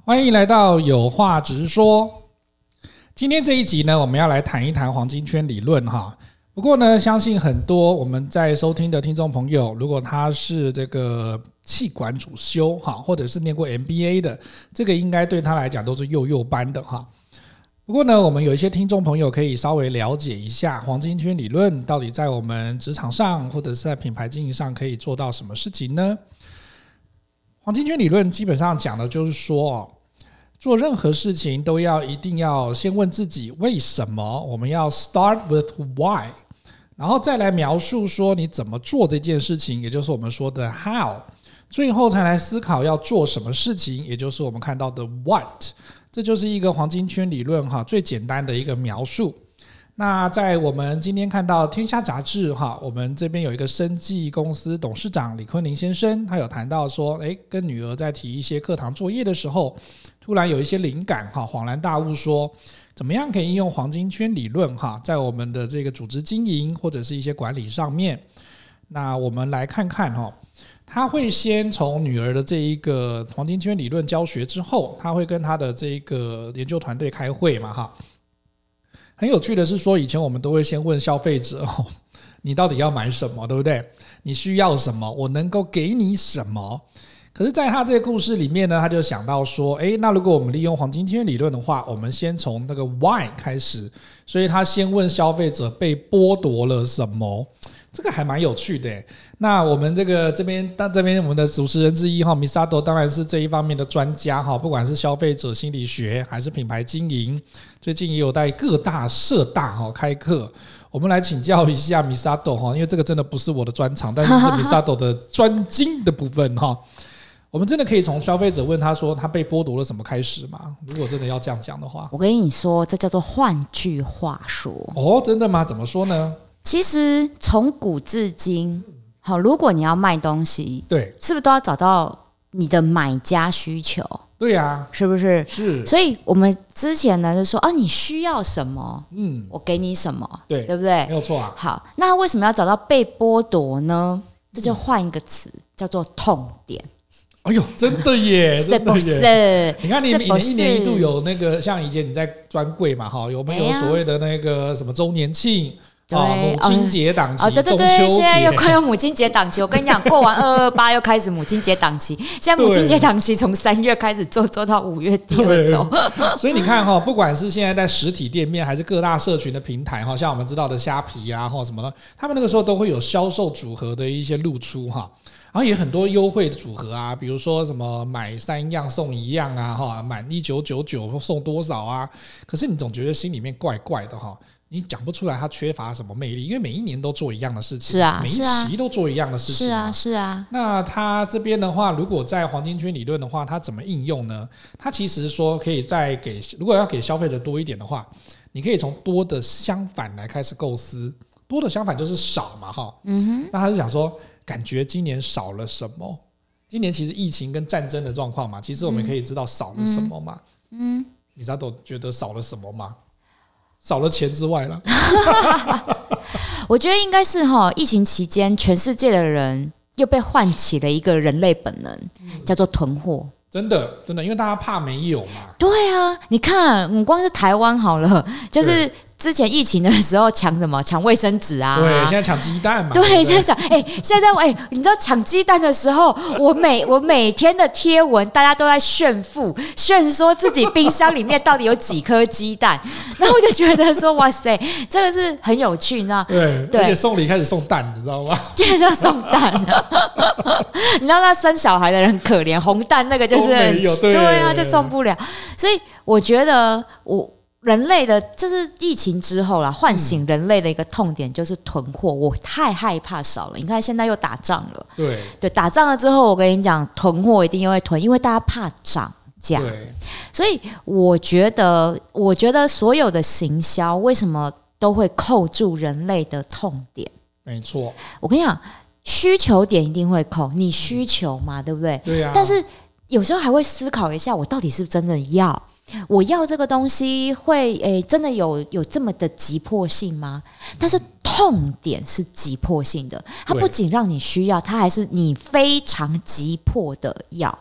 欢迎来到有话直说。今天这一集呢，我们要来谈一谈黄金圈理论哈。不过呢，相信很多我们在收听的听众朋友，如果他是这个企管主修哈，或者是念过 MBA 的，这个应该对他来讲都是幼班的哈。不过呢，我们有一些听众朋友可以稍微了解一下黄金圈理论到底在我们职场上或者是在品牌经营上可以做到什么事情呢？黄金圈理论基本上讲的就是说，做任何事情都一定要先问自己为什么，我们要 start with why， 然后再来描述说你怎么做这件事情，也就是我们说的 how， 最后才来思考要做什么事情，也就是我们看到的 what。 这就是一个黄金圈理论最简单的一个描述。那在我们今天看到天下杂志我们这边有一个生技公司董事长李坤林先生，他有谈到说跟女儿在提一些课堂作业的时候，突然有一些灵感恍然大悟，说怎么样可以应用黄金圈理论在我们的这个组织经营或者是一些管理上面。那我们来看看他会先从女儿的这一个黄金圈理论教学之后，他会跟他的这个研究团队开会嘛很有趣的是说，以前我们都会先问消费者你到底要买什么，对不对？你需要什么，我能够给你什么。可是在他这个故事里面呢，他就想到说那如果我们利用黄金圈理论的话，我们先从那个 why 开始，所以他先问消费者被剥夺了什么，这个还蛮有趣的。那我们这边我们的主持人之一Misato 当然是这一方面的专家不管是消费者心理学还是品牌经营，最近也有在各大社大开课。我们来请教一下 Misato 因为这个真的不是我的专长，但是是 Misato 的专精的部分我们真的可以从消费者问他说他被剥夺了什么开始吗？如果真的要这样讲的话， 我跟你说，这叫做换句话说。 真的吗？怎么说呢？ 其实从古至今如果你要卖东西， 对， 是不是都要找到你的买家需求？ 对啊， 是不是？ 是。 所以我们之前呢就说你需要什么，我给你什么，对不对？ 没有错啊。 好，那为什么要找到被剥夺呢？这就换一个词，叫做痛点。 哎呦，真的耶， 是不是？ 你看你一年一度有那个，像以前你在专柜嘛有没有所谓的那个什么周年庆母亲节档期， 对，现在又快要母亲节档期。我跟你讲，过完228又开始母亲节档期。现在母亲节档期从3月开始做到5月第2周。 所以你看不管是现在在实体店面还是各大社群的平台像我们知道的虾皮啊或什么的，他们那个时候都会有销售组合的一些露出然后也很多优惠的组合啊，比如说什么买3样送1样啊满1999送多少啊。可是你总觉得心里面怪怪的你讲不出来它缺乏什么魅力，因为每一年都做一样的事情， 是啊， 每一期都做一样的事情， 是啊。 那它这边的话，如果在黄金圈理论的话，它怎么应用呢？它其实说可以如果要给消费者多一点的话，你可以从多的相反来开始构思。多的相反就是少嘛那他就想说，感觉今年少了什么？今年其实疫情跟战争的状况嘛，其实我们可以知道少了什么嘛。你知道都觉得少了什么吗？少了钱之外了。 我觉得应该是疫情期间全世界的人又被唤起了一个人类本能，叫做囤货。真的， 因为大家怕没有嘛。 对啊，你看，我光是台湾好了，就是之前疫情的时候抢什么？抢卫生纸啊！ 对，现在抢鸡蛋嘛。 对，现在抢现在你知道抢鸡蛋的时候，我每天的贴文，大家都在炫说自己冰箱里面到底有几颗鸡蛋，然后我就觉得说，哇塞，这个是很有趣，你知道？ 对，而且送礼开始送蛋，你知道吗？ 就是要送蛋，你知道那生小孩的人可怜，红蛋那个就是对啊，就送不了，所以我觉得人类的就是疫情之后啦，唤醒人类的一个痛点就是囤货。我太害怕少了，你看现在又打仗了，对，打仗了之后，我跟你讲，囤货一定会囤，因为大家怕涨价。所以我觉得所有的行销为什么都会扣住人类的痛点？ 没错， 我跟你讲，需求点一定会扣，你需求嘛，对不对？ 对啊。 但是有时候还会思考一下，我到底是不是真的要？我要这个东西会真的有这么的急迫性吗？但是痛点是急迫性的，它不仅让你需要，它还是你非常急迫的要。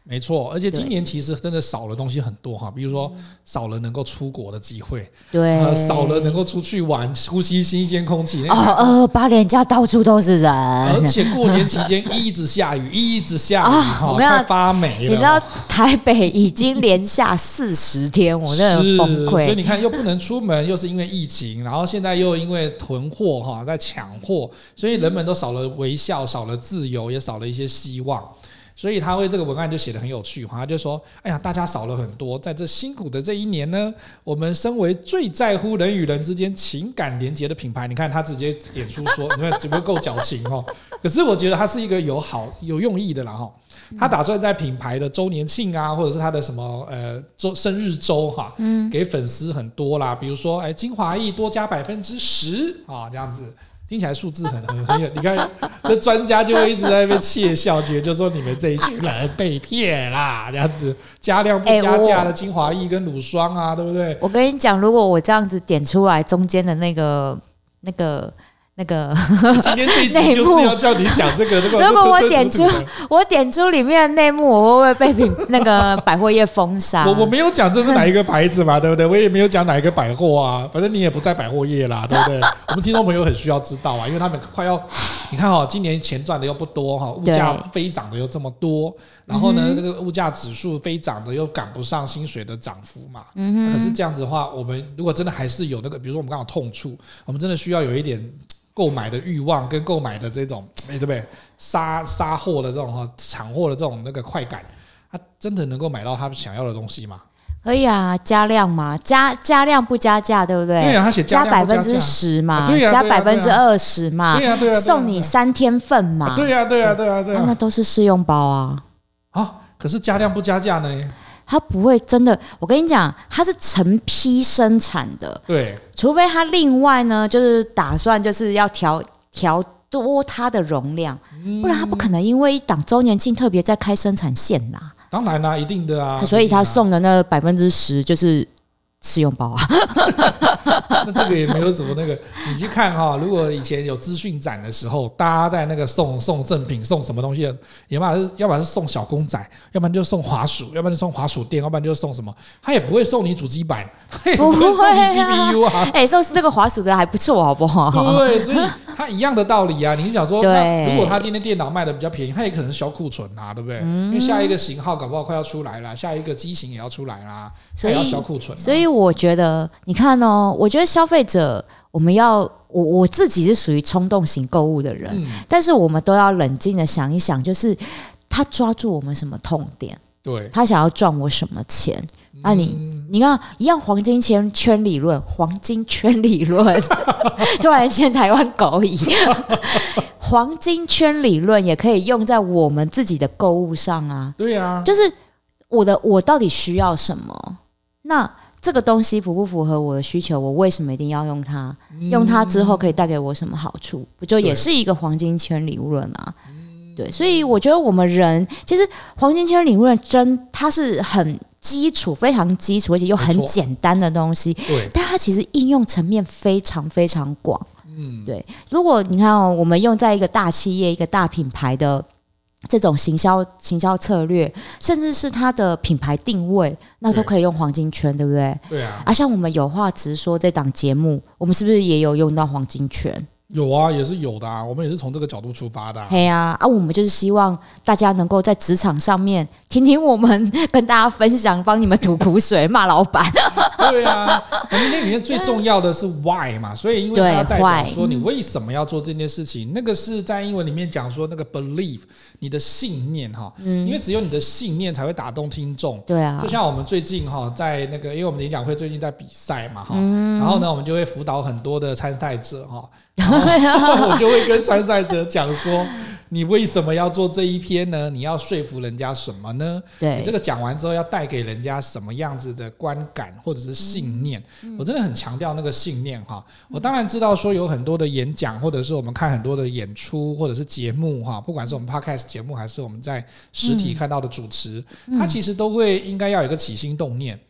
没错，而且今年其实真的少了东西很多哈，比如说少了能够出国的机会， 对， 少了能够出去玩、呼吸新鲜空气。 8连假到处都是人， 而且过年期间一直下雨，一直下雨，快发霉了。 你知道台北已经连下40天，我真的崩溃。 所以你看，又不能出门，又是因为疫情，然后现在又因为囤货哈，在抢货，所以人们都少了微笑，少了自由，也少了一些希望。所以他为这个文案就写得很有趣，他就说：“哎呀，大家少了很多，在这辛苦的这一年呢，我们身为最在乎人与人之间情感连结的品牌，你看他直接点出说，你看有没有够矫情哦？可是我觉得他是一个有用意的啦哈。他打算在品牌的周年庆啊，或者是他的什么生日周哈，给粉丝很多啦，比如说精华液多加10%啊，这样子。”听起来数字很有，你看这专家就会一直在那边窃笑，觉得就说你们这一群人被骗啦，这样子加量不加价的精华液跟乳霜啊，对不对？ 我跟你讲，如果我这样子点出来中间的那个今天这一集就是要叫你讲这个。 如果我点出里面的内幕，我会不会被那个百货业封杀？ 我没有讲这是哪一个牌子嘛，对不对？我也没有讲哪一个百货啊，反正你也不在百货业啦，对不对？我们听众朋友很需要知道啊，因为他们快要，你看今年钱赚的又不多物价飞涨的又这么多，然后呢，那个物价指数飞涨的又赶不上薪水的涨幅嘛。可是这样子的话，我们如果真的还是有那个，比如说我们刚好痛处，我们真的需要有一点购买的欲望跟购买的这种对不对？杀货的这种抢货的这种那个快感，他真的能够买到他想要的东西吗？ 可以啊，加量嘛，加量不加价，对不对？ 对啊，他写加10%嘛，加20%嘛， 对啊， 送你3天份嘛， 对啊， 那都是试用包啊。 可是加量不加价呢？ 它不会真的，我跟你讲，它是成批生产的， 对， 除非它另外呢，就是打算就是要调多它的容量，不然它不可能因为一档周年庆特别再开生产线啦。 当然啦，一定的啊。 所以他送的那10%就是试用包啊。 那这个也没有什么那个，你去看如果以前有资讯展的时候，大家在那个送赠品送什么东西，要不然是送小公仔，要不然就送滑鼠，要不然就送滑鼠垫，要不然就送什么，他也不会送你主机板，他也不会送你 CPU 啊。 送这个滑鼠的还不错，好不好？ 对，所以他一样的道理啊。你想说，如果他今天电脑卖的比较便宜，他也可能是销库存啊，对不对？因为下一个型号搞不好快要出来了，下一个机型也要出来啦，所以要销库存。 所以我觉得，你看我觉得消费者，我自己是属于冲动型购物的人，但是我们都要冷静的想一想，就是他抓住我们什么痛点， 对， 他想要赚我什么钱。你看一样黄金圈理论，突然间台湾狗语，黄金圈理论也可以用在我们自己的购物上啊。 对啊， 就是我到底需要什么？那这个东西符不符合我的需求？我为什么一定要用它？用它之后可以带给我什么好处？不就也是一个黄金圈理论啊？对，所以我觉得我们人其实黄金圈理论它是很基础，非常基础，而且又很简单的东西，但它其实应用层面非常非常广。对，如果你看我们用在一个大企业、一个大品牌的这种行销策略，甚至是它的品牌定位，那都可以用黄金圈，对不对？ 对啊。 像我们有话直说这档节目，我们是不是也有用到黄金圈？ 有啊，也是有的啊，我们也是从这个角度出发的。 对啊，我们就是希望大家能够在职场上面听听我们跟大家分享，帮你们吐苦水，骂老板。 对啊，那里面最重要的是 why 嘛，所以因为它代表说你为什么要做这件事情，那个是在英文里面讲说那个 belief， 你的信念哈，因为只有你的信念才会打动听众。 对啊， 就像我们最近在那个，因为我们演讲会最近在比赛嘛然后呢，我们就会辅导很多的参赛者然后我就会跟参赛者讲说，你为什么要做这一篇呢？你要说服人家什么呢？你这个讲完之后要带给人家什么样子的观感或者是信念？我真的很强调那个信念我当然知道说有很多的演讲，或者是我们看很多的演出，或者是节目不管是我们 podcast 节目还是我们在实体看到的主持，它其实都会应该要有一个起心动念。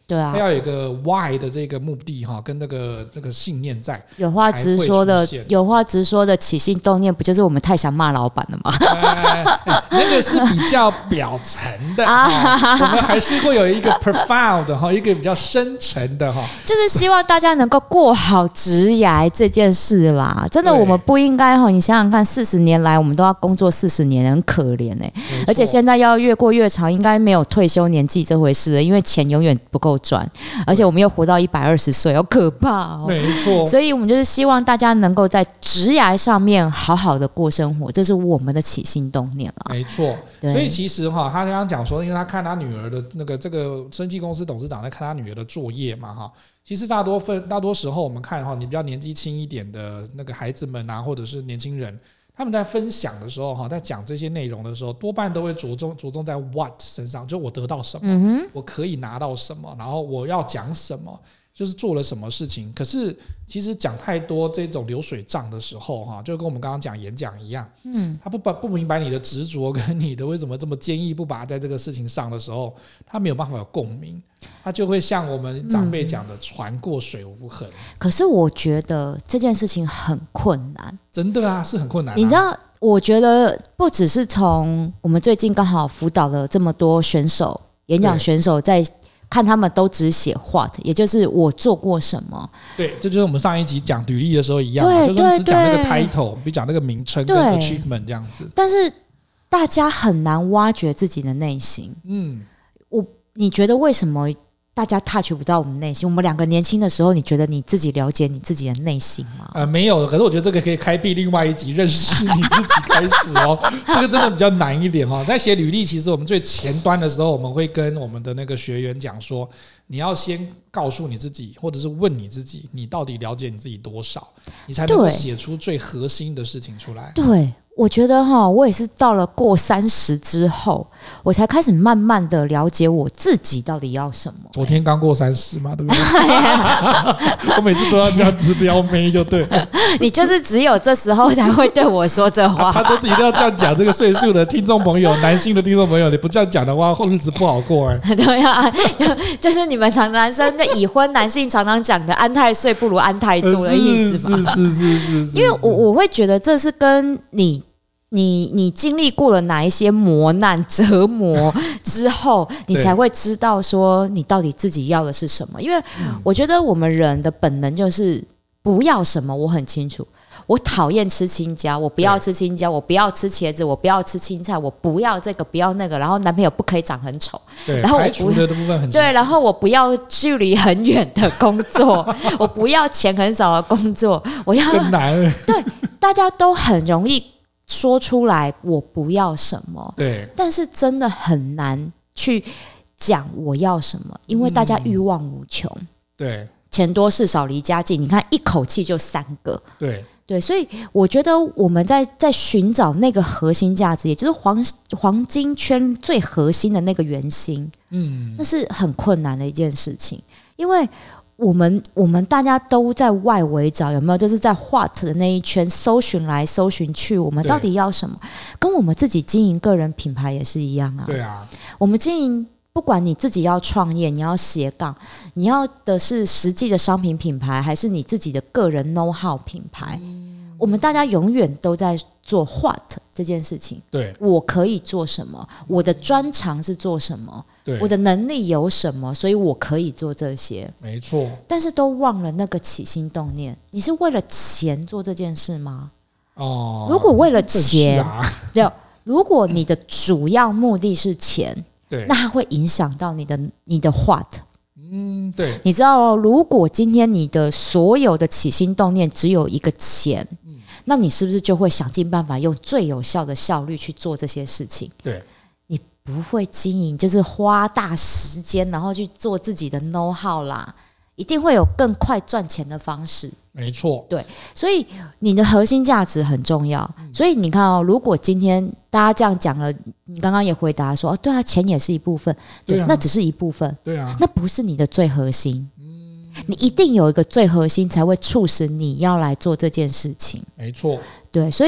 对啊， 它要有一个 why 的这个目的哈，跟那个信念在。 有话直说的起心动念，不就是我们太想骂老板了吗？ 那个是比较表层的我们还是会有一个 profound 哈，一个比较深层的哈， 就是希望大家能够过好职涯这件事啦。真的，我们不应该哈，你想想看，40年来我们都要工作40年，很可怜而且现在要越过越长，应该没有退休年纪这回事了，因为钱永远不够赚，而且我们又活到120岁，好可怕没错， 所以我们就是希望大家能够在职涯上面好好的过生活，这是我们的起心动念啦。 没错，所以其实他刚刚讲说，因为他看他女儿的这个生技公司董事长在看他女儿的作业嘛其实大多时候我们看你比较年纪轻一点的那个孩子们或者是年轻人，他们在分享的时候在讲这些内容的时候，多半都会着重在 what 身上，就我得到什么，我可以拿到什么，然后我要讲什么，就是做了什么事情。可是其实讲太多这种流水账的时候就跟我们刚刚讲演讲一样，他不明白你的执着跟你的为什么这么坚毅不拔在这个事情上的时候，他没有办法有共鸣，他就会像我们长辈讲的船过水无痕。 可是我觉得这件事情很困难， 真的是很困难你知道，我觉得不只是从我们最近刚好辅导了这么多选手，演讲选手在看他们都只写 what， 也就是我做过什么。 对，这就是我们上一集讲履历的时候一样嘛，就是只讲那个 title， 比讲那个名称跟 achievement 这样子。 但是大家很难挖掘自己的内心。你觉得为什么大家 touch 不到我们内心？我们两个年轻的时候，你觉得你自己了解你自己的内心吗？ 没有，可是我觉得这个可以开辟另外一集，认识你自己开始这个真的比较难一点在写履历，其实我们最前端的时候，我们会跟我们的那个学员讲说，你要先告诉你自己，或者是问你自己，你到底了解你自己多少，你才能够写出最核心的事情出来。 对。我觉得我也是到了过30之后，我才开始慢慢的了解我自己到底要什么。 昨天刚过30嘛，对不对？我每次都要这样子标妹就对了。 你就是只有这时候才会对我说这话。 他都一定要这样讲，这个岁数的听众朋友，男性的听众朋友，你不这样讲的话，后日子不好过对啊，就是你们男生的已婚男性常常讲的安太岁不如安太坐的意思嘛。是。因为我会觉得这是跟你经历过了哪一些磨难折磨之后，你才会知道说你到底自己要的是什么。因为我觉得我们人的本能就是不要什么，我很清楚。我讨厌吃青椒，我不要吃青椒，我不要吃茄子，我不要吃青菜，我不要这个，不要那个，然后男朋友不可以长很丑， 对， 然后排除的部分很对，然后我不要距离很远的工作，我不要钱很少的工作，我要更难。 对，大家都很容易说出来我不要什么， 对， 但是真的很难去讲我要什么，因为大家欲望无穷， 对， 钱多事少离家近，你看一口气就3个，对，所以我觉得我们在寻找那个核心价值，也就是黄金圈最核心的那个原型，那是很困难的一件事情，因为我们大家都在外围找，有没有？就是在 what 的那一圈搜寻来搜寻去，我们到底要什么？跟我们自己经营个人品牌也是一样啊。 对啊， 我们经营，不管你自己要创业，你要斜杠，你要的是实际的商品品牌，还是你自己的个人 know how 品牌？我们大家永远都在做 what 这件事情。 对， 我可以做什么？我的专长是做什么？ 对， 我的能力有什么？所以我可以做这些。 没错。 但是都忘了那个起心动念，你是为了钱做这件事吗？如果为了钱，对，如果你的主要目的是钱，对，那它会影响到你的 what。 对， 你知道如果今天你的所有的起心动念只有一个钱，那你是不是就会想尽办法用最有效的效率去做这些事情？ 对， 你不会经营，就是花大时间，然后去做自己的 know how 啦，一定会有更快赚钱的方式。 没错， 对，所以你的核心价值很重要。所以你看如果今天大家这样讲了，你刚刚也回答说，对啊，钱也是一部分，对，那只是一部分， 对啊， 那不是你的最核心。你一定有一个最核心，才会促使你要来做这件事情。 没错， 对，所以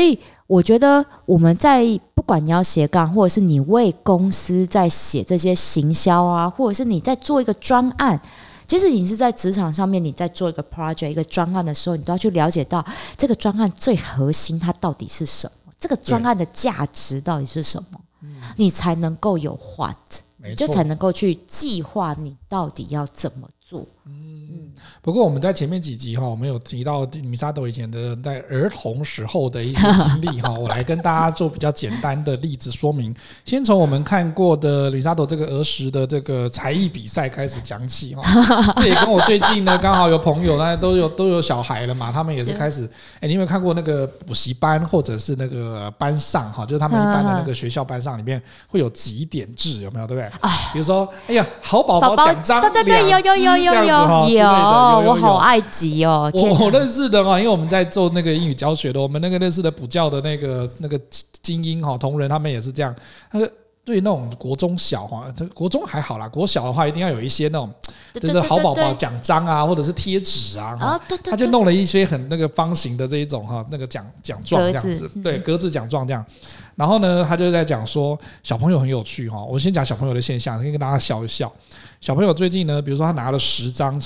我觉得我们在不管你要斜杠，或者是你为公司在写这些行销啊，或者是你在做一个专案，其实你是在职场上面你在做一个 project 一个专案的时候，你都要去了解到这个专案最核心它到底是什么，这个专案的价值到底是什么，你才能够有 what， 你就才能够去计划你到底要怎么做。 不过我们在前面几集我们有提到米沙斗以前的在儿童时候的一些经历我来跟大家做比较简单的例子说明。先从我们看过的米沙斗这个儿时的这个才艺比赛开始讲起这也跟我最近呢刚好有朋友都有小孩了嘛，他们也是开始你有没有看过那个补习班或者是那个班上就是他们一般的那个学校班上里面会有集点制，有没有？对不对？比如说哎呀好宝宝奖章对对对，有我好爱集哦！ 我认识的因为我们在做那个英语教学的，我们那个认识的补教的那个精英同仁，他们也是这样。对那种国中小国中还好啦，国小的话一定要有一些那种就是好宝宝奖章啊，或者是贴纸啊，他就弄了一些很那个方形的这一种那个奖状这样子，对，格子奖状这样。然后呢，他就在讲说小朋友很有趣我先讲小朋友的现象，可以跟大家笑一笑。小朋友最近呢，比如说他拿了10张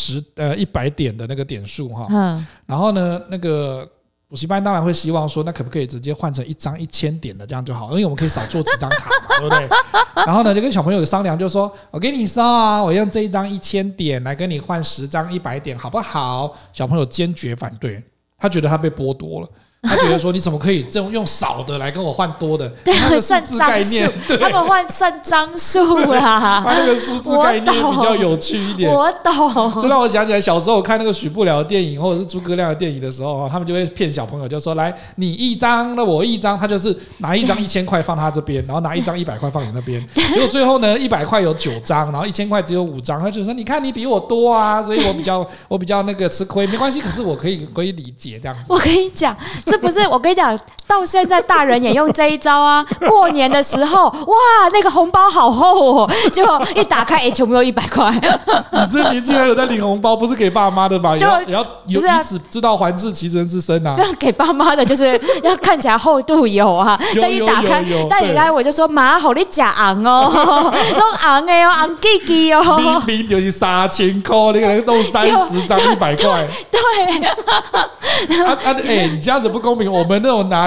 100点的那个点数然后呢那个补习班当然会希望说，那可不可以直接换成1张1000点的，这样就好，因为我们可以少做几张卡嘛，对不对？然后呢，就跟小朋友商量，就说我给你烧我用这一张1000点来跟你换10张100点，好不好？小朋友坚决反对，他觉得他被剥夺了。他觉得说你怎么可以这种用少的来跟我换多的？ 对，他们算张数，他们算张数啦。 他那个数字概念比较有趣一点。 我懂， 就让我想起来小时候看那个许不了的电影或者是诸葛亮的电影的时候，他们就会骗小朋友，就说来你1张，那我1张，他就是拿1张1000块放他这边，然后拿1张100块放你那边。结果最后呢，100块有9张，然后1000块只有5张，他就说你看你比我多啊，所以我比较那个吃亏，没关系，可是我可以理解这样子。 我跟你讲。这不是我跟你讲，到现在大人也用这一招啊！过年的时候，哇，那个红包好厚结果一打开，全部都100块。 你这年轻人有在领红包，不是给爸妈的吧？也要以此知道还治其人之身啊！ 给爸妈的就是要看起来厚度有啊，但一打开，但一开我就说妈，好你假昂哦，弄昂的哦，昂叽叽哦， 明明就是3000块，你可能弄30张100块， 对， 你这样子不公平。我们那种拿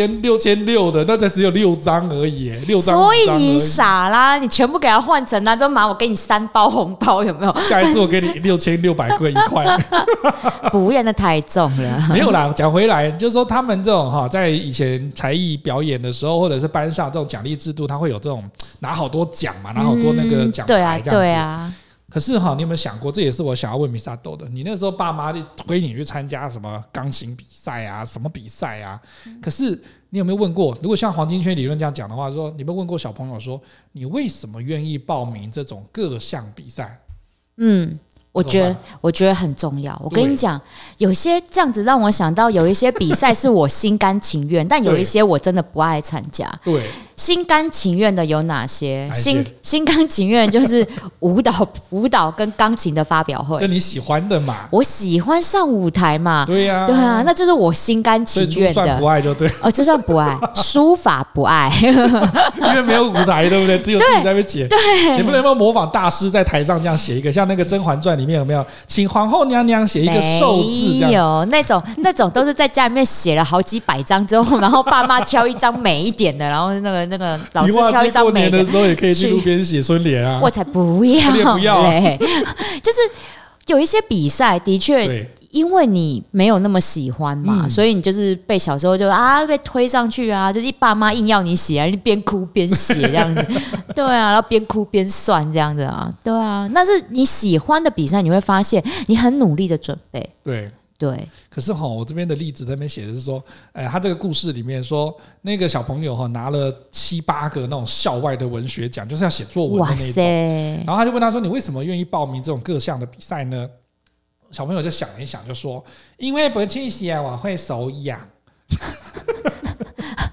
6600的，那才只有6张而已，6张。 所以你傻啦，你全部给他换成那都妈，我给你3包红包，有没有？ 下一次我给你6600块1块。 不要，那太重了。 没有啦，讲回来，就是说他们这种在以前才艺表演的时候，或者是班上这种奖励制度，他会有这种拿好多奖嘛，拿好多那个奖牌这样子。 对啊。 可是你有没有想过，这也是我想要问米沙斗的，你那时候爸妈推你去参加什么钢琴比赛啊，什么比赛啊？可是你有没有问过，如果像黄金圈理论这样讲的话，说你有没有问过小朋友说，你为什么愿意报名这种各项比赛？我觉得很重要。我跟你讲，有些这样子让我想到，有一些比赛是我心甘情愿，但有一些我真的不爱参加。 对， 心甘情愿的有哪些？心甘情愿就是舞蹈跟钢琴的发表会， 就你喜欢的嘛。 我喜欢上舞台嘛。 对呀， 对啊，那就是我心甘情愿的。 就算不爱就对。 就算不爱，书法不爱， 因为没有舞台，对不对？只有自己在那边写。 对， 你不能模仿大师在台上这样写一个，像那个《甄嬛传》里面有没有，请皇后娘娘写一个寿字这样？ 没有，那种都是在家里面写了好几百张之后，然后爸妈挑一张美一点的，然后那个老师挑一张美的。 过年的时候也可以去路边写春联啊！ 我才不要嘞！就是有一些比赛的确，因为你没有那么喜欢嘛，所以你就是被小时候就被推上去啊，就是爸妈硬要你写啊，你边哭边写这样子，对啊，然后边哭边算这样子啊，对啊，那是你喜欢的比赛，你会发现你很努力的准备，对。 可是我这边的例子在那边写的是说，他这个故事里面说，那个小朋友拿了7、8个那种校外的文学奖，就是要写作文的那种。然后他就问他说：“你为什么愿意报名这种各项的比赛呢？”小朋友就想了一想，就说：“因为不去写我会手痒。”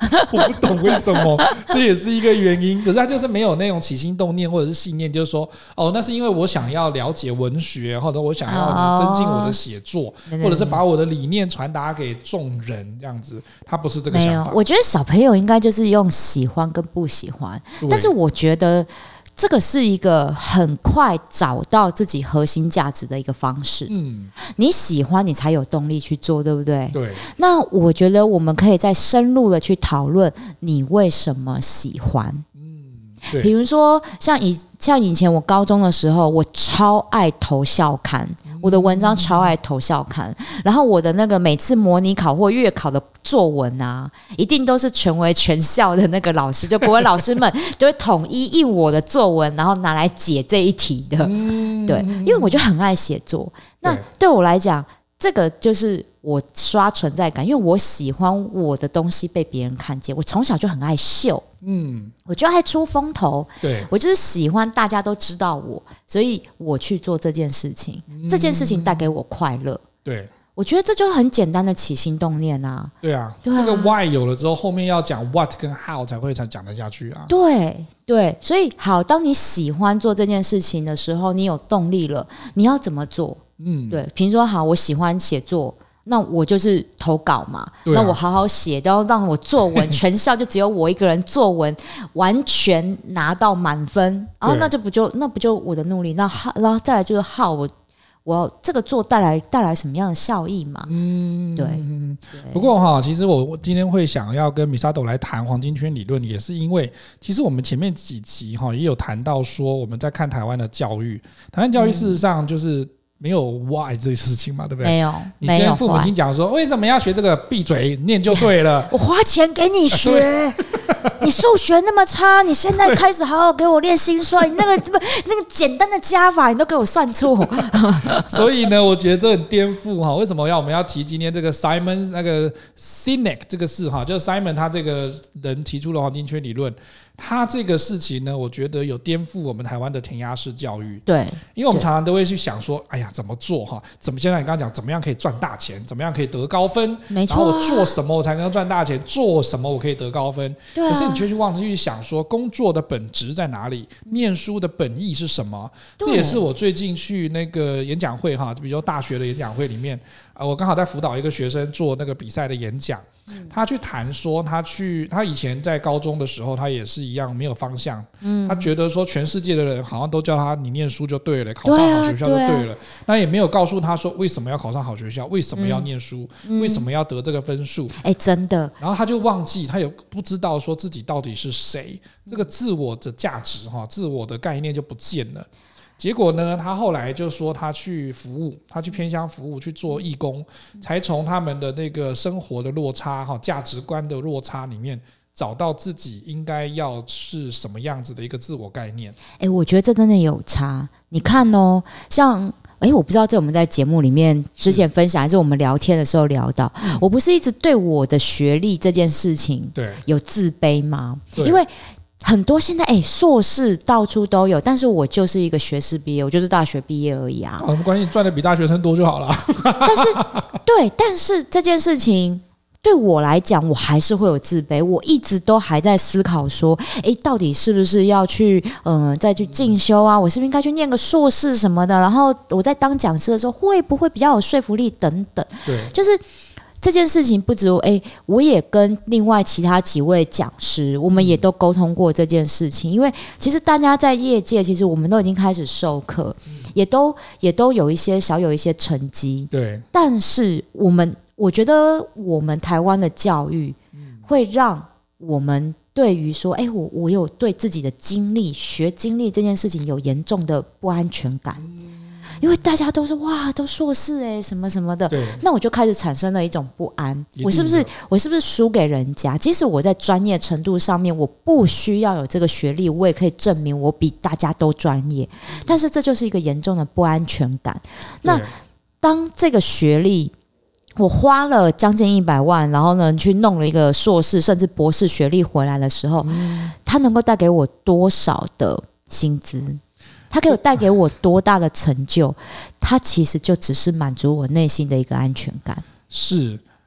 我不懂为什么，这也是一个原因。可是他就是没有那种起心动念或者是信念，就是说那是因为我想要了解文学，或者我想要增进我的写作，或者是把我的理念传达给众人这样子。他不是这个想法。 我觉得小朋友应该就是用喜欢跟不喜欢，但是我觉得这个是一个很快找到自己核心价值的一个方式。你喜欢你才有动力去做，对不对？ 对。 那我觉得我们可以再深入的去讨论你为什么喜欢。比如说像以前我高中的时候，我超爱投校刊，我的文章超爱投校刊，然后我的那个每次模拟考或月考的作文啊，一定都是成为全校的那个老师，就国文老师们就会统一印我的作文，然后拿来解这一题的。对，因为我就很爱写作，那对我来讲，这个就是我刷存在感，因为我喜欢我的东西被别人看见。我从小就很爱秀，我就爱出风头， 对， 我就是喜欢大家都知道我，所以我去做这件事情。这件事情带给我快乐， 对， 我觉得这就很简单的起心动念啊。 对啊，这个 why 有了之后，后面要讲 what 跟 how 才讲得下去啊。 对，所以好，当你喜欢做这件事情的时候，你有动力了，你要怎么做？对，比如说好，我喜欢写作，那我就是投稿嘛，那我好好写，然后让我作文全校就只有我一个人作文完全拿到满分，然后那不就我的努力？然后再来就是好，我要这个做带来什么样的效益嘛？对。 不过其实我今天会想要跟米沙斗来谈黄金圈理论，也是因为其实我们前面几集也有谈到说，我们在看台湾的教育，台湾教育事实上就是没有 why 这个事情嘛，对不对？ 没有。 你跟父母亲讲说为什么要学这个，闭嘴念就对了。 我花钱给你学，你数学那么差，你现在开始好好给我练心算，那个简单的加法你都给我算错。 所以呢，我觉得这很颠覆为什么我们要提今天这个 Simon 那个 Sinek 这个事就是 Simon 他这个人提出了黄金圈理论。他这个事情呢，我觉得有颠覆我们台湾的填鸭式教育。 对， 因为我们常常都会去想说，哎呀，怎么做怎么现在你刚刚讲，怎么样可以赚大钱，怎么样可以得高分？ 没错。 然后我做什么我才能赚大钱？做什么我可以得高分？可是你却忘记去想说，工作的本质在哪里？念书的本意是什么？这也是我最近去那个演讲会比如说大学的演讲会里面，我刚好在辅导一个学生做那个比赛的演讲。他去谈说他以前在高中的时候他也是一样没有方向，他觉得说全世界的人好像都叫他你念书就对了，考上好学校就对了，那也没有告诉他说为什么要考上好学校，为什么要念书，为什么要得这个分数。 真的。 然后他就忘记，他也不知道说自己到底是谁，这个自我的价值自我的概念就不见了。结果呢，他后来就说他去服务，他去偏乡服务，去做义工，才从他们的那个生活的落差价值观的落差里面找到自己应该要是什么样子的一个自我概念。 我觉得这真的有差。你看像我不知道这我们在节目里面之前分享还是我们聊天的时候聊到，我不是一直对我的学历这件事情有自卑吗？因为很多现在硕士到处都有，但是我就是一个学士毕业，我就是大学毕业而已啊。 没关系，赚的比大学生多就好了。 但是这件事情对我来讲，我还是会有自卑。我一直都还在思考说，到底是不是要去再去进修啊？我是不是应该去念个硕士什么的？然后我在当讲师的时候，会不会比较有说服力等等？ 对， 就是这件事情不止我也跟另外其他几位讲师，我们也都沟通过这件事情。因为其实大家在业界，其实我们都已经开始授课，也都有一些成绩。 对， 但是我觉得我们台湾的教育会让我们对于说，我有对自己的学经历这件事情有严重的不安全感。因为大家都说哇，都硕士什么什么的，那我就开始产生了一种不安。我是不是输给人家？即使我在专业程度上面我不需要有这个学历，我也可以证明我比大家都专业。但是这就是一个严重的不安全感。那当这个学历我花了将近100万，然后呢去弄了一个硕士甚至博士学历回来的时候，它能够带给我多少的薪资？它可以带给我多大的成就？它其实就只是满足我内心的一个安全感。 是，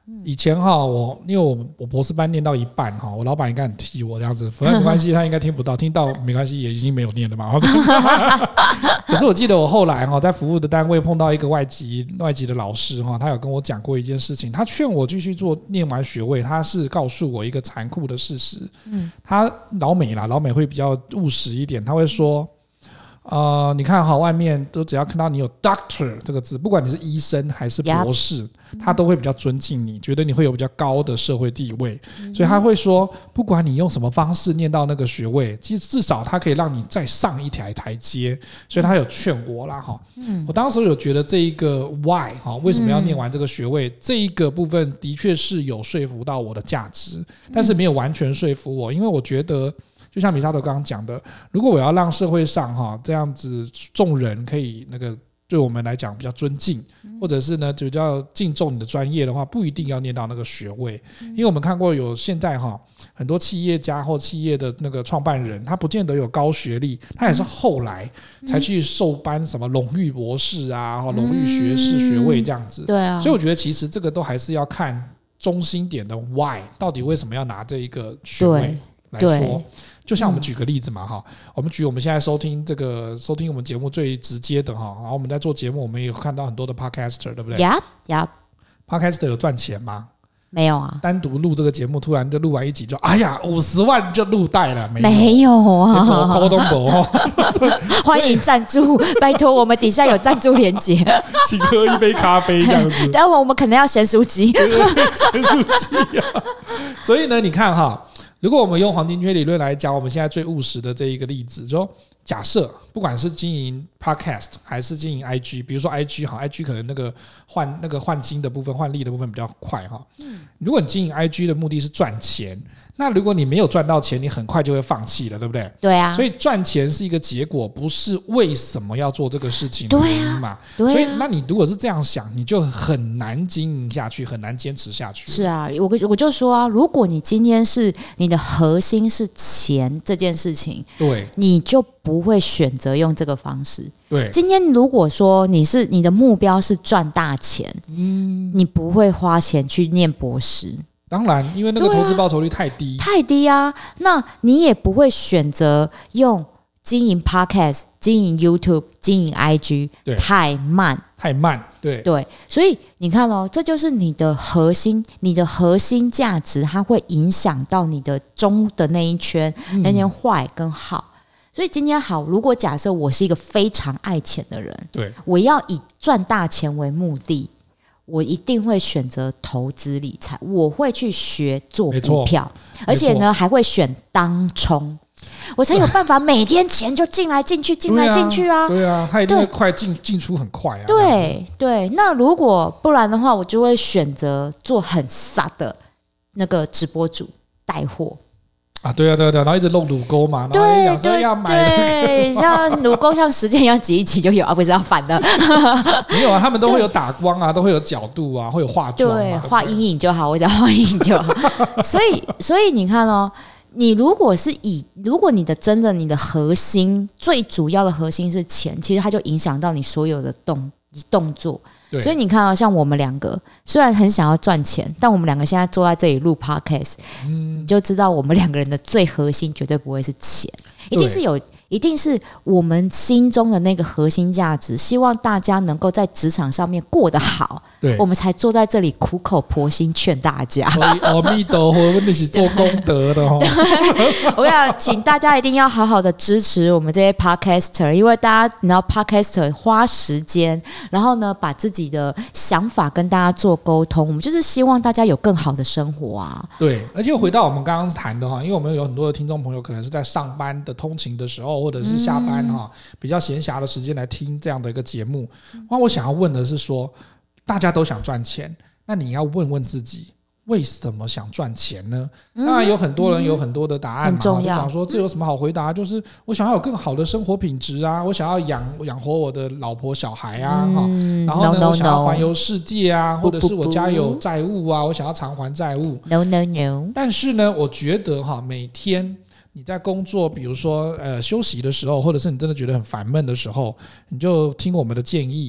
以前因为我博士班念到一半我老板应该很踢我这样子，反正没关系，他应该听不到，听到没关系，也已经没有念了嘛。可是我记得我后来在服务的单位碰到一个外籍的老师他有跟我讲过一件事情，他劝我继续念完学位，他是告诉我一个残酷的事实。他老美会比较务实一点，他会说你看外面都只要看到你有 doctor 这个字，不管你是医生还是博士，他都会比较尊敬你，觉得你会有比较高的社会地位，所以他会说不管你用什么方式念到那个学位，其实至少他可以让你再上一台阶，所以他有劝我啦我当时有觉得这一个 why 为什么要念完这个学位，这一个部分的确是有说服到我的价值，但是没有完全说服我，因为我觉得就像米沙头刚刚讲的，如果我要让社会上这样子众人可以对我们来讲比较尊敬，或者是呢比较敬重你的专业的话，不一定要念到那个学位，因为我们看过有现在很多企业家或企业的那个创办人，他不见得有高学历，他也是后来才去受班什么荣誉博士啊、荣誉学士学位这样子。 对啊， 所以我觉得其实这个都还是要看中心点的 why， 到底为什么要拿这一个学位来说。就像我们举个例子嘛我们举我们现在收听我们节目最直接的然后我们在做节目，我们也有看到很多的 podcaster， 对不对？ podcaster 有赚钱吗？ 没有啊， 单独录这个节目，突然就录完一集就50万就入袋了， 没有啊，欢迎赞助，拜托我们底下有赞助连结， 请喝一杯咖啡这样子， 然后我们可能要咸酥鸡， 咸酥鸡所以呢你看如果我们用黄金圈理论来讲，我们现在最务实的这一个例子，就说假设不管是经营 podcast 还是经营 IG， 比如说 IG 可能那个换金的部分、换利的部分比较快如果你经营 IG 的目的是赚钱，那如果你没有赚到钱，你很快就会放弃了，对不对？ 对啊， 所以赚钱是一个结果，不是为什么要做这个事情的原因嘛。所以那你如果是这样想，你就很难经营下去，很难坚持下去。 是啊，我就说如果你今天是你的核心是钱这件事情， 对， 你就不会选择用这个方式。 对， 今天如果说你的目标是赚大钱，你不会花钱去念博士。 当然，因为那个投资报酬率太低， 太低啊！那你也不会选择用经营 Podcast、经营 YouTube、经营 IG， 太慢，对，所以你看这就是你的核心价值，它会影响到你的中的那一圈，那圈坏跟好。所以今天如果假设我是一个非常爱钱的人， 对， 我要以赚大钱为目的，我一定会选择投资理财，我会去学做股票，而且呢还会选当冲，我才有办法每天钱就进来进去啊。 对啊，它一定会快进出很快啊。 对，那如果不然的话，我就会选择做很傻的那个直播主带货。 对，然后一直弄乳沟嘛，然后想说要买对，像乳沟像时间一样挤一挤就有不是要反的。 没有他们都会有打光都会有角度会有化妆对，画阴影就好，我只要画阴影就好。所以你看你如果你的核心最主要的核心是钱，其实它就影响到你所有的动作。所以你看像我们两个虽然很想要赚钱，但我们两个现在坐在这里录 podcast，你就知道我们两个人的最核心绝对不会是钱，一定是我们心中的那个核心价值，希望大家能够在职场上面过得好，我们才坐在这里苦口婆心劝大家。 所以阿弥陀佛，我们是做功德的我要请大家一定要好好的支持我们这些 podcaster， 因为大家你知道 podcaster 花时间，然后呢把自己的想法跟大家做沟通，我们就是希望大家有更好的生活啊。 对，而且回到我们刚刚谈的因为我们有很多的听众朋友可能是在上班的通勤的时候，或者是下班比较闲暇的时间来听这样的一个节目。那我想要问的是说，大家都想赚钱，那你要问问自己为什么想赚钱呢？当然有很多人有很多的答案嘛，就讲说这有什么好回答，就是我想要有更好的生活品质啊，我想要养活我的老婆小孩啊，然后呢我想要环游世界啊，或者是我家有债务啊，我想要偿还债务。但是呢我觉得每天你在工作，比如说休息的时候，或者是你真的觉得很烦闷的时候，你就听我们的建议，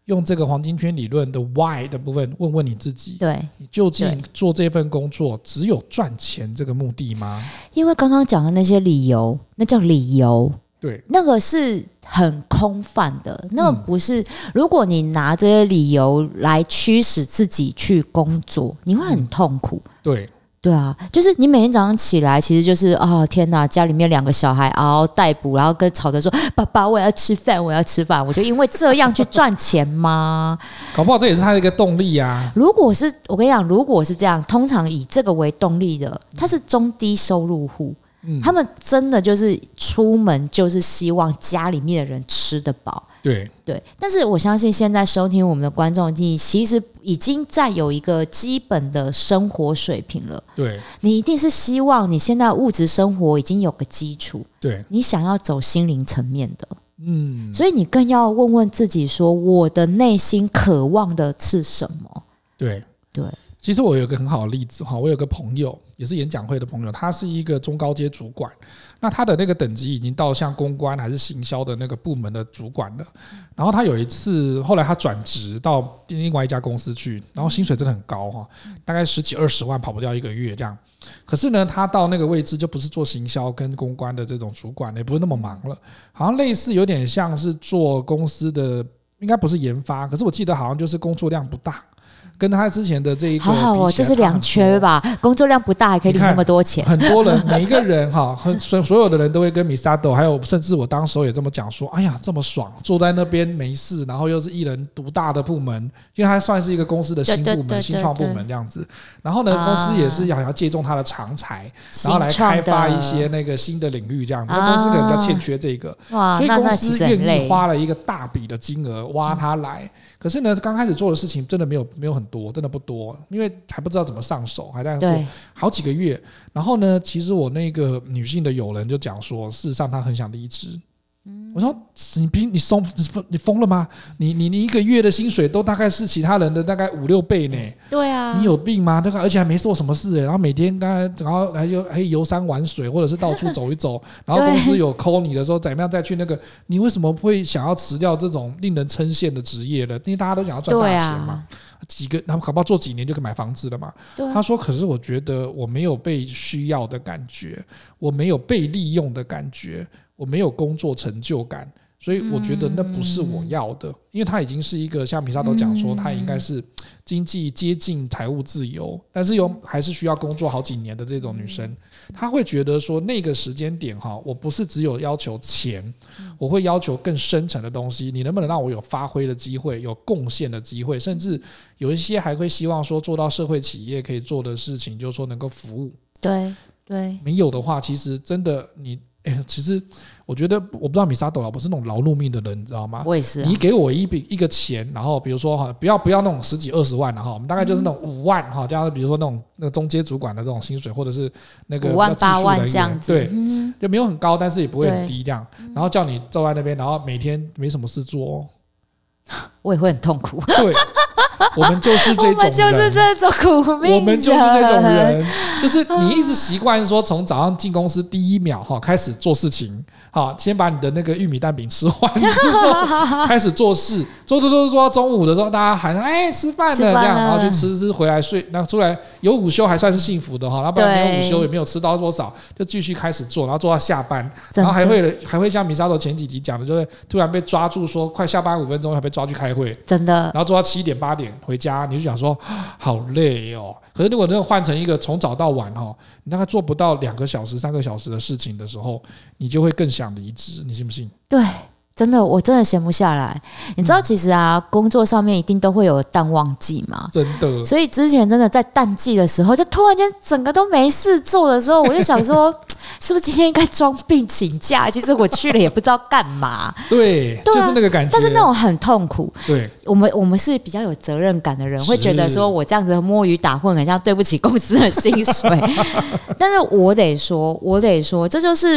用这个黄金圈理论的 why 的部分问问你自己， 对， 你究竟做这份工作只有赚钱这个目的吗？ 因为刚刚讲的那些理由，那叫理由， 对， 那个是很空泛的，那个不是。如果你拿这些理由来驱使自己去工作，你会很痛苦。 对。 对啊，就是你每天早上起来，其实就是天哪，家里面2个小孩嗷嗷待哺，然后跟吵着说爸爸我要吃饭，我要吃饭，我就因为这样去赚钱吗？ 搞不好这也是他的一个动力啊。 如果是我跟你讲，如果是这样，通常以这个为动力的，他是中低收入户。他们真的就是出门就是希望家里面的人吃得饱， 对， 但是我相信现在收听我们的观众，你其实已经在有一个基本的生活水平了。 对， 你一定是希望你现在物质生活已经有个基础， 对， 你想要走心灵层面的，所以你更要问问自己说，我的内心渴望的是什么？ 对。其实我有一个很好的例子哈，我有个朋友也是演讲会的朋友，他是一个中高阶主管，那他的那个等级已经到像公关还是行销的那个部门的主管了。然后他有一次，后来他转职到另外一家公司去，然后薪水真的很高哈，大概10几20万跑不掉1个月这样。可是呢，他到那个位置就不是做行销跟公关的这种主管，也不是那么忙了，好像类似有点像是做公司的，应该不是研发，可是我记得好像就是工作量不大。跟他之前的这一个好哦，这是2缺吧？工作量不大还可以领那么多钱， 很多人每一个人哈，所有的人都会跟Misato，还有甚至我当时也这么讲说，哎呀这么爽，坐在那边没事，然后又是一人独大的部门，因为他算是一个公司的新部门、新创部门这样子。然后呢，公司也是要借重他的长才，然后来开发一些那个新的领域这样子。那公司可能比较欠缺这个，所以公司愿意花了一个大笔的金额挖他来。可是呢，刚开始做的事情真的没有很多，真的不多，因为还不知道怎么上手，还在做好几个月。然后呢，其实我那个女性的友人就讲说，事实上她很想离职。我说你疯了吗？你1个月的薪水都大概是其他人的大概5-6倍呢。 对啊， 你有病吗？而且还没做什么事然后每天然后还可以游山玩水，或者是到处走一走。然后公司有 call 你的时候，怎么样再去那个？你为什么会想要辞掉这种令人称羡的职业呢？因为大家都想要赚大钱嘛。他们搞不好做几年就可以买房子了嘛。他说：“可是我觉得我没有被需要的感觉，我没有被利用的感觉。”我没有工作成就感，所以我觉得那不是我要的。因为他已经是一个像米莎都讲说，他应该是经济接近财务自由，但是还是需要工作好几年的这种女生，她会觉得说那个时间点我不是只有要求钱，我会要求更深层的东西。你能不能让我有发挥的机会，有贡献的机会，甚至有一些还会希望说做到社会企业可以做的事情，就是说能够服务。 对， 没有的话，其实真的其实我觉得我不知道米沙斗我是那种劳碌命的人，你知道吗？ 我也是。 你给我一个钱，然后比如说不要那种10几20万我们大概就是那种5万加上比如说那个中阶主管的这种薪水，或者是那个 5万8万这样子， 对，就没有很高，但是也不会很低这样。然后叫你坐在那边，然后每天没什么事做， 我也会很痛苦。 对。我们就是这种人， 我们就是这种苦命人， 我们就是这种人，就是你一直习惯说从早上进公司第1秒开始做事情，先把你的那个玉米蛋饼吃完之后开始做事，做到中午的时候，大家喊吃饭了这样，然后去吃回来睡，那出来有午休还算是幸福的要不然没有午休也没有吃到多少，就继续开始做，然后做到下班，然后还会像米沙头前几集讲的，就是突然被抓住说快下班5分钟还被抓去开会， 真的， 然后做到7点8点回家，你就想说好累哦。可是如果那个换成一个从早到晚你大概做不到2个小时3个小时的事情的时候，你就会更想离职，你信不信？ 对，真的，我真的闲不下来。你知道其实工作上面一定都会有淡旺季嘛， 真的。所以之前真的在淡季的时候，就突然间整个都没事做的时候，我就想说是不是今天应该装病请假？其实我去了也不知道干嘛。 对，就是那个感觉。 但是那种很痛苦。 对， 我们是比较有责任感的人，会觉得说我这样子摸鱼打混，很像对不起公司的薪水。但是我得说，这就是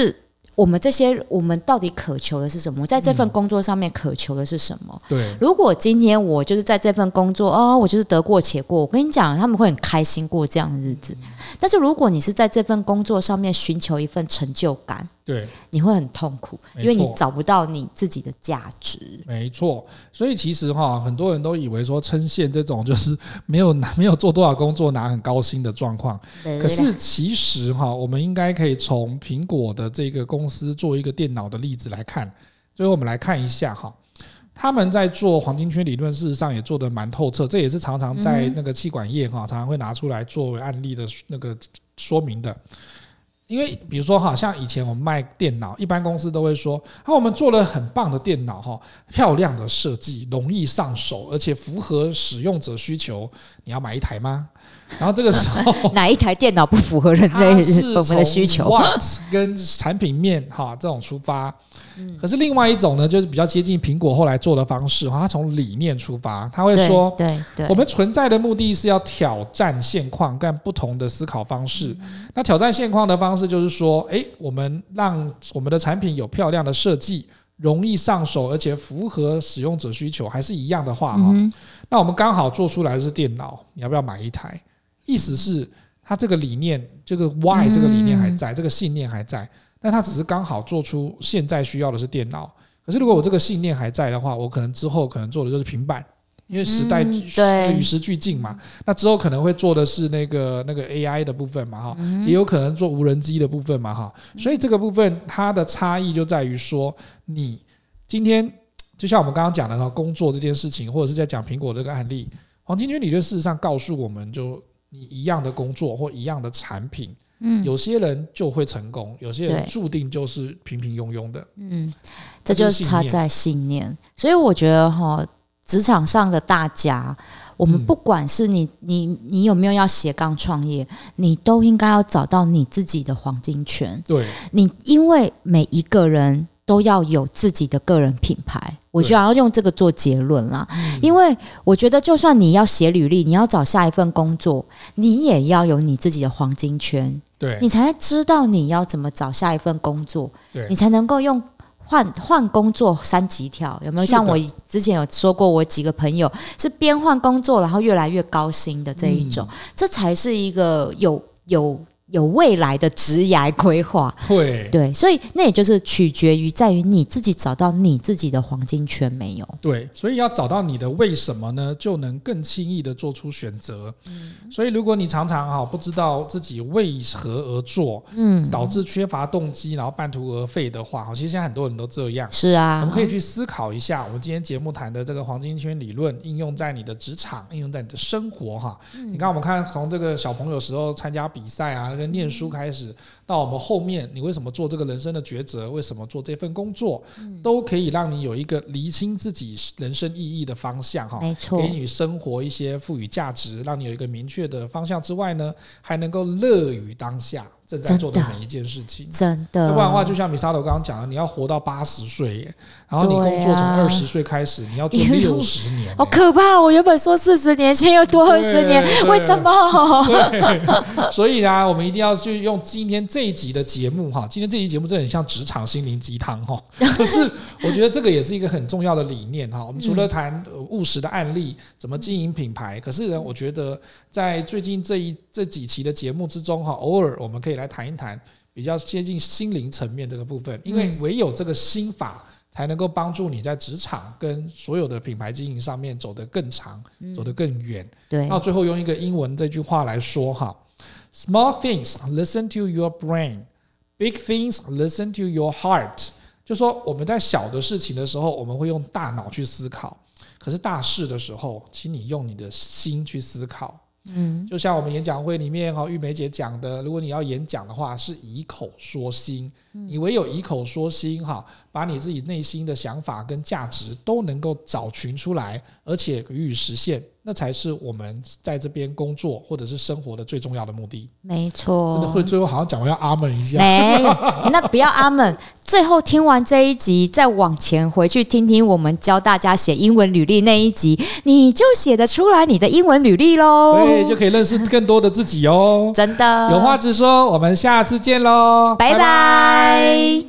我们到底渴求的是什么？我在这份工作上面渴求的是什么？ 对， 如果今天我就是在这份工作我就是得过且过，我跟你讲，他们会很开心过这样的日子。但是如果你是在这份工作上面寻求一份成就感， 对， 你会很痛苦，因为你找不到你自己的价值。 没错，所以其实很多人都以为说称羡这种就是没有做多少工作拿很高薪的状况，可是其实我们应该可以从苹果的这个公司做一个电脑的例子来看。所以我们来看一下他们在做黄金圈理论，事实上也做得蛮透彻，这也是常常在那个企管业常常会拿出来作为案例的那个说明的。因为比如说像以前我们卖电脑，一般公司都会说我们做了很棒的电脑漂亮的设计，容易上手，而且符合使用者需求，你要买一台吗？然后这个时候哪一台电脑不符合人类我们的需求？ 它是从 What 跟产品面这种出发。可是另外一种呢，就是比较接近苹果后来做的方式，它从理念出发，他会说我们存在的目的是要挑战现况，跟不同的思考方式。那挑战现况的方式就是说我们让我们的产品有漂亮的设计，容易上手，而且符合使用者需求，还是一样的话那我们刚好做出来的是电脑，你要不要买一台？意思是它这个理念，这个 why 这个理念还在，这个信念还在，但它只是刚好做出现在需要的是电脑。可是如果我这个信念还在的话，我可能之后可能做的就是平板，因为时代与时俱进嘛。那之后可能会做的是那个 AI 的部分嘛也有可能做无人机的部分嘛所以这个部分它的差异就在于说，你今天就像我们刚刚讲的工作这件事情，或者是在讲苹果这个案例，黄金圈理论事实上告诉我们，就你一样的工作或一样的产品，有些人就会成功，有些人注定就是平平庸庸的。 这就是差在信念。所以我觉得职场上的大家，我们不管是你有没有要斜杠创业，你都应该要找到你自己的黄金圈。 对， 因为每一个人都要有自己的个人品牌，我就要用这个做结论啦。因为我觉得就算你要写履历，你要找下一份工作，你也要有你自己的黄金圈， 对， 你才知道你要怎么找下一份工作，你才能够用换工作3级跳，有没有？像我之前有说过，我几个朋友是边换工作然后越来越高薪的这一种，这才是一个有未来的职涯规划。对，所以那也就是取决于在于你自己找到你自己的黄金圈没有。 对，所以要找到你的为什么呢，就能更轻易的做出选择。所以如果你常常不知道自己为何而做，导致缺乏动机，然后半途而废的话，其实现在很多人都这样。 是啊， 我们可以去思考一下，我们今天节目谈的这个黄金圈理论，应用在你的职场，应用在你的生活你看我们看从这个小朋友时候参加比赛跟念书开始，到我们后面你为什么做这个人生的抉择，为什么做这份工作，都可以让你有一个厘清自己人生意义的方向没错， 给你生活一些赋予价值，让你有一个明确的方向之外呢，还能够乐于当下正在做的每一件事情。 真的， 要不然的话就像米沙头刚刚讲的，你要活到80岁耶，然后你工作从20岁开始，你要做60年， 好可怕！我原本说40年，现在又多20年，为什么？ 对，所以呢，我们一定要去用今天这一集的节目今天这一集节目真的很像职场心灵鸡汤可是我觉得这个也是一个很重要的理念我们除了谈务实的案例，怎么经营品牌，可是呢，我觉得在最近这几期的节目之中偶尔我们可以来谈一谈比较接近心灵层面这个部分，因为唯有这个心法才能够帮助你在职场跟所有的品牌经营上面走得更长，走得更远。 对， 那最后用一个英文这句话来说Small things listen to your brain, big things listen to your heart。 就说我们在小的事情的时候，我们会用大脑去思考，可是大事的时候，请你用你的心去思考。就像我们演讲会里面玉梅姐讲的，如果你要演讲的话，是以口说心，你唯有以口说心把你自己内心的想法跟价值都能够找寻出来，而且予以实现，那才是我们在这边工作或者是生活的最重要的目的。 没错， 真的会最后好像讲完要阿门一下， 没那不要阿门，最后听完这一集再往前回去听听我们教大家写英文履历那一集，你就写得出来你的英文履历咯。 对，就可以认识更多的自己真的有话直说，我们下次见咯， 拜拜。